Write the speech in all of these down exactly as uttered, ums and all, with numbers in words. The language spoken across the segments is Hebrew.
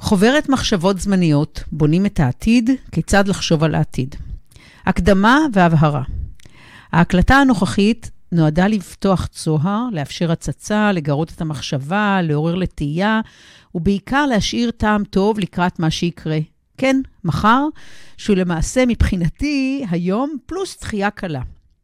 חוברת מחשבות זמניות, בונים את העתיד, כיצד לחשוב על העתיד. הקדמה והבהרה. ההקלטה הנוכחית נועדה לפתוח צוהר, לאפשר הצצה, לגרות את המחשבה, לעורר לתהייה, ובעיקר להשאיר טעם טוב לקראת מה שיקרה. כן, מחר, שהוא למעשה מבחינתי היום פלוס דחייה קלה.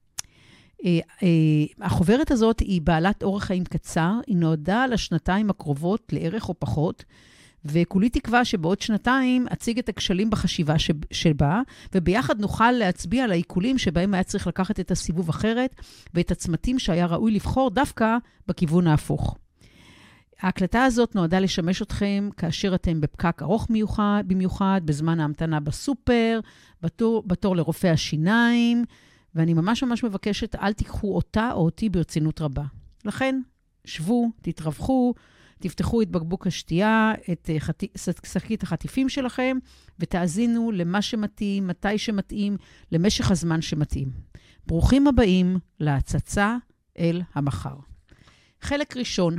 החוברת הזאת היא בעלת אורח חיים קצר, היא נועדה לשנתיים הקרובות לערך או פחות, וכולי תקווה שבעוד שנתיים אציג את הכשלים בחשיבה שבה, וביחד נוכל להצביע על העיקולים שבהם היה צריך לקחת את הסיבוב אחרת, ואת הצמתים שהיה ראוי לבחור דווקא בכיוון ההפוך. ההקלטה הזאת נועדה לשמש אתכם כאשר אתם בפקק ארוך מיוחד, במיוחד בזמן ההמתנה בסופר, בתור, בתור לרופא השיניים, ואני ממש ממש מבקשת, אל תיקחו אותה או אותי ברצינות רבה. לכן, שבו, תתרווחו, תפתחו את בקבוק השתייה, את שקית החטיפים שלכם, ותאזינו למה שמתאים, מתי שמתאים, למשך הזמן שמתאים. ברוכים הבאים להצצה אל המחר. חלק ראשון,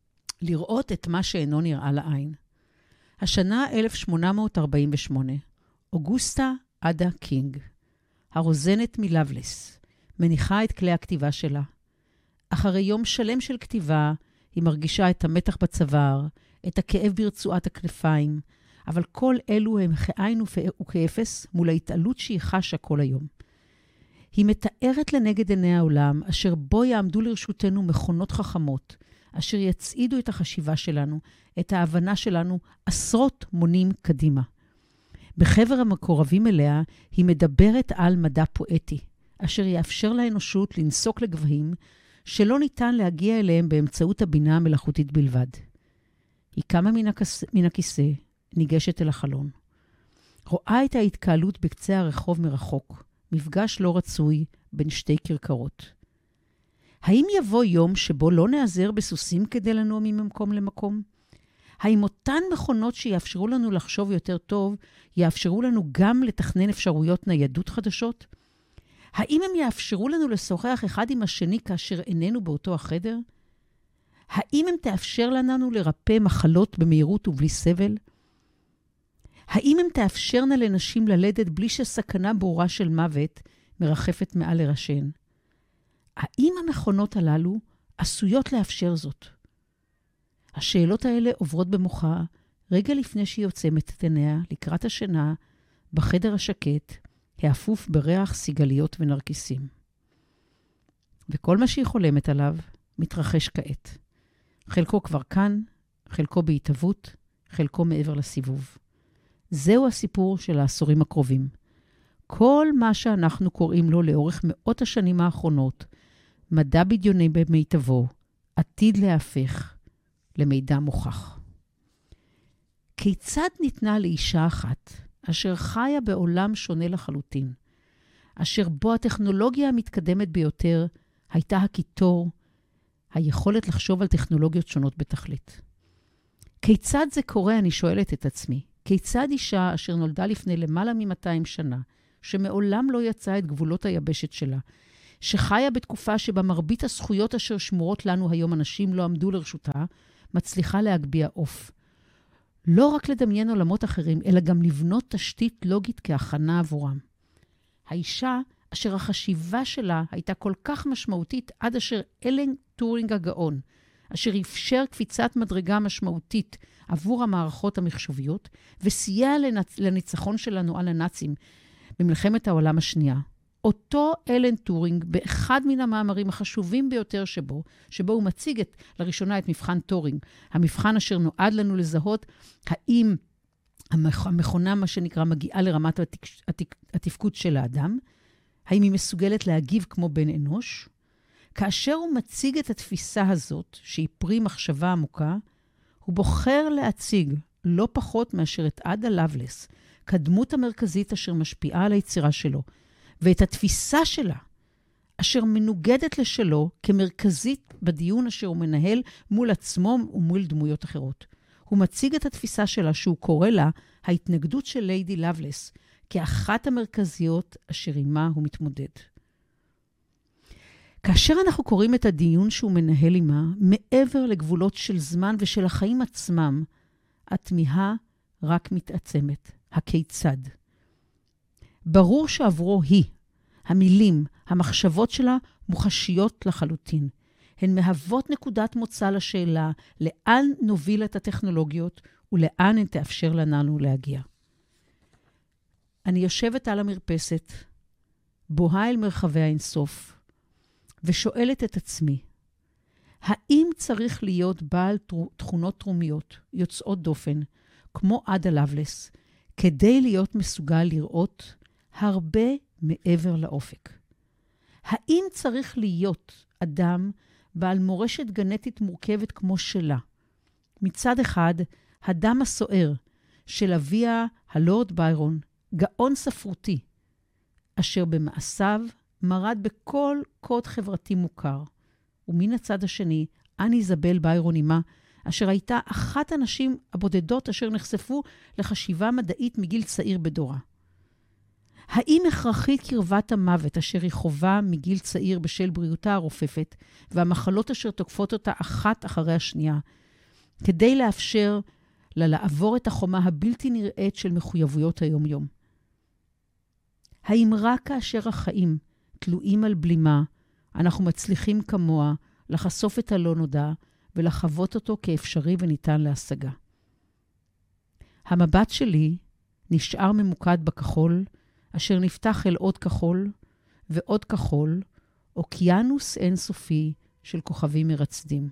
לראות את מה שאינו נראה לעין. השנה אלף שמונה מאות ארבעים ושמונה, אוגוסטה אדה קינג, הרוזנת מלבלס, מניחה את כלי הכתיבה שלה. אחרי יום שלם של כתיבה, היא מרגישה את המתח בצוואר, את הכאב ברצועת הכנפיים, אבל כל אלו הם כאין וכאפס מול ההתעלות שהיא חשה כל היום. היא מתארת לנגד עיני העולם, אשר בו יעמדו לרשותנו מכונות חכמות, אשר יצעידו את החשיבה שלנו, את ההבנה שלנו, עשרות מונים קדימה. בחבר המקורבים אליה, היא מדברת על מדע פואטי, אשר יאפשר לאנושות לנסוק לגבהים, שלא ניתן להגיע אליהם באמצעות הבינה המלאכותית בלבד. היא קמה מן, הכס... מן הכיסא, ניגשת אל החלון. רואה את ההתקהלות בקצה הרחוב מרחוק, מפגש לא רצוי בין שתי כרכרות. האם יבוא יום שבו לא נעזר בסוסים כדי לנוע ממקום למקום? האם אותן מכונות שיאפשרו לנו לחשוב יותר טוב, יאפשרו לנו גם לתכנן אפשרויות ניידות חדשות? האם הם יאפשרו לנו לשוחח אחד עם השני כאשר איננו באותו החדר? האם הם תאפשר לנו לרפא מחלות במהירות ובלי סבל? האם הם תאפשרנה לנשים ללדת בלי שסכנה ברורה של מוות מרחפת מעל לראשיהן? האם המכונות הללו עשויות לאפשר זאת? השאלות האלה עוברות במוחה רגע לפני שהיא עוצמת את עיניה לקראת השינה בחדר השקט, האפוף בריח סיגליות ונרקיסים. וכל מה שהיא חולמת עליו מתרחש כעת. חלקו כבר כאן, חלקו בהתהוות, חלקו מעבר לסיבוב. זהו הסיפור של העשורים הקרובים. כל מה שאנחנו קוראים לו לאורך מאות השנים האחרונות, מדע בדיוני במיטבו, עתיד להפך למידע מוכח. כיצד ניתנה לאישה אחת, אשר חיה בעולם שונה לחלוטין, אשר בו הטכנולוגיה המתקדמת ביותר הייתה הקיטור, היכולת לחשוב על טכנולוגיות שונות בתכלית. כיצד זה קורה, אני שואלת את עצמי, כיצד אישה אשר נולדה לפני למעלה מ-מאתיים שנה, שמעולם לא יצאה את גבולות היבשת שלה, שחיה בתקופה שבה מרבית הזכויות אשר שמורות לנו היום אנשים לא עמדו לרשותה, מצליחה להגביה עוף. לא רק לדמיין עולמות אחרים, אלא גם לבנות תשתית לוגית כהכנה עבורם. האישה, אשר החשיבה שלה הייתה כל כך משמעותית, עד אשר אלן טורינג הגאון, אשר אפשר קפיצת מדרגה משמעותית עבור המערכות המחשוביות, וסייע לנצ... לניצחון שלנו על הנאצים במלחמת העולם השנייה. אותו אלן טורינג, באחד מן המאמרים החשובים ביותר שבו, שבו הוא מציג את, לראשונה את מבחן טורינג, המבחן אשר נועד לנו לזהות האם המכונה, מה שנקרא, מגיעה לרמת התק... התק... התפקוד של האדם, האם היא מסוגלת להגיב כמו בן אנוש. כאשר הוא מציג את התפיסה הזאת, שהיא פרי מחשבה עמוקה, הוא בוחר להציג לא פחות מאשר את אדה לבלס, כדמות המרכזית אשר משפיעה על היצירה שלו, ואת התפיסה שלה, אשר מנוגדת לשלו כמרכזית בדיון אשר הוא מנהל מול עצמו ומול דמויות אחרות. הוא מציג את התפיסה שלה שהוא קורא לה ההתנגדות של ליידי לבלס, כאחת המרכזיות אשר עימה הוא מתמודד. כאשר אנחנו קוראים את הדיון שהוא מנהל עימה, מעבר לגבולות של זמן ושל החיים עצמם, התמיהה רק מתעצמת. הכיצד? ברור שעבורו היא, המילים, המחשבות שלה מוחשיות לחלוטין. הן מהוות נקודת מוצא לשאלה לאן נוביל את הטכנולוגיות ולאן הן תאפשר לנו להגיע. אני יושבת על המרפסת, בוהה אל מרחבי האינסוף, ושואלת את עצמי, האם צריך להיות בעל תכונות תרומיות, יוצאות דופן, כמו עדה לבלס, כדי להיות מסוגל לראות הרבה מעבר לאופק? האם צריך להיות אדם בעל מורשת גנטית מורכבת כמו שלה? מצד אחד, הדם הסוער של אביה הלורד ביירון, גאון ספרותי, אשר במעשיו מרד בכל קוד חברתי מוכר. ומן הצד השני, אני איזבל ביירון אימה, אשר הייתה אחת הנשים הבודדות אשר נחשפו לחשיבה מדעית מגיל צעיר בדורה. האם הכרחית קרבת המוות אשר היא חובה מגיל צעיר בשל בריאותה הרופפת, והמחלות אשר תוקפות אותה אחת אחרי השנייה, כדי לאפשר לה לעבור את החומה הבלתי נראית של מחויבויות היום-יום? האם רק כאשר החיים תלויים על בלימה, אנחנו מצליחים כמוה לחשוף את הלא נודע ולחוות אותו כאפשרי וניתן להשגה? המבט שלי נשאר ממוקד בכחול, אשר נפתח אל עוד כחול ועוד כחול, אוקיינוס אינסופי של כוכבים מרצדים.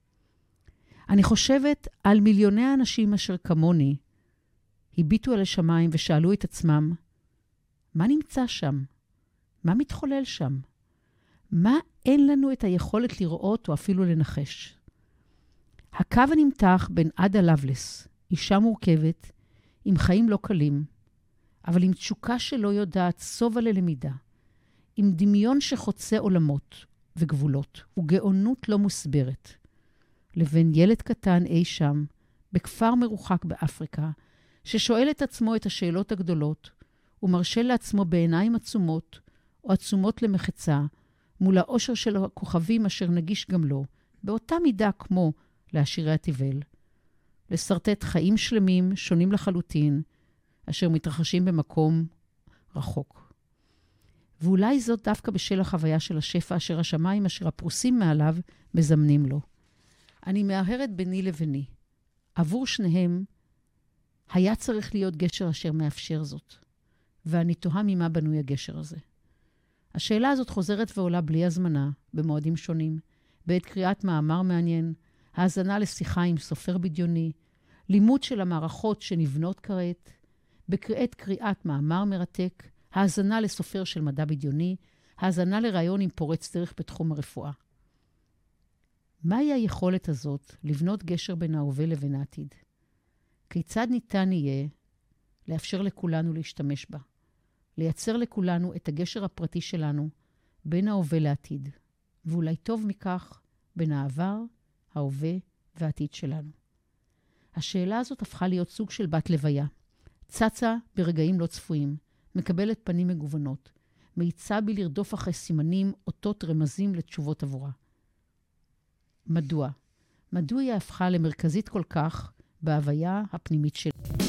אני חושבת על מיליוני האנשים אשר כמוני, הביטו על השמיים ושאלו את עצמם, מה נמצא שם? מה מתחולל שם? מה אין לנו את היכולת לראות או אפילו לנחש? הקו הנמתח בין עדה לבלס, אישה מורכבת, עם חיים לא קלים, אבל עם תשוקה שלא יודעת סובה ללמידה, עם דמיון שחוצה עולמות וגבולות, וגאונות לא מוסברת, לבין ילד קטן אי שם, בכפר מרוחק באפריקה, ששואל את עצמו את השאלות הגדולות, ומרשה לעצמו בעיניים עצומות, או עצומות למחצה, מול האושר של הכוכבים אשר נגיש גם לו, באותה מידה כמו לעשירי התבל, לסרטט חיים שלמים שונים לחלוטין, אשר מתרחשים במקום רחוק. ואולי זאת דווקא בשל החוויה של השפע אשר השמיים אשר הפרוסים מעליו מזמנים לו. אני מאהרת ביני לביני. עבור שניהם היה צריך להיות גשר אשר מאפשר זאת. ואני תוהה ממה בנוי הגשר הזה. השאלה הזאת חוזרת ועולה בלי הזמנה, במועדים שונים, בעת קריאת מאמר מעניין, האזנה לשיחה עם סופר בדיוני, לימוד של המערכות שנבנות כעת, בעת קריאת מאמר מרתק, האזנה לסופר של מדע בדיוני, האזנה לרעיון עם פורץ דרך בתחום הרפואה. מהי היכולת הזאת לבנות גשר בין ההווה לבין העתיד? כיצד ניתן יהיה לאפשר לכולנו להשתמש בה? לייצר לכולנו את הגשר הפרטי שלנו בין ההווה לעתיד, ואולי טוב מכך בין העבר, ההווה והעתיד שלנו. השאלה הזאת הפכה להיות סוג של בת לוויה, צצה ברגעים לא צפויים, מקבלת פנים מגוונות, מאיצה בי לרדוף אחרי סימנים, אותות רמזים לתשובות עבורה. מדוע? מדוע היא הפכה למרכזית כל כך בהוויה הפנימית שלי?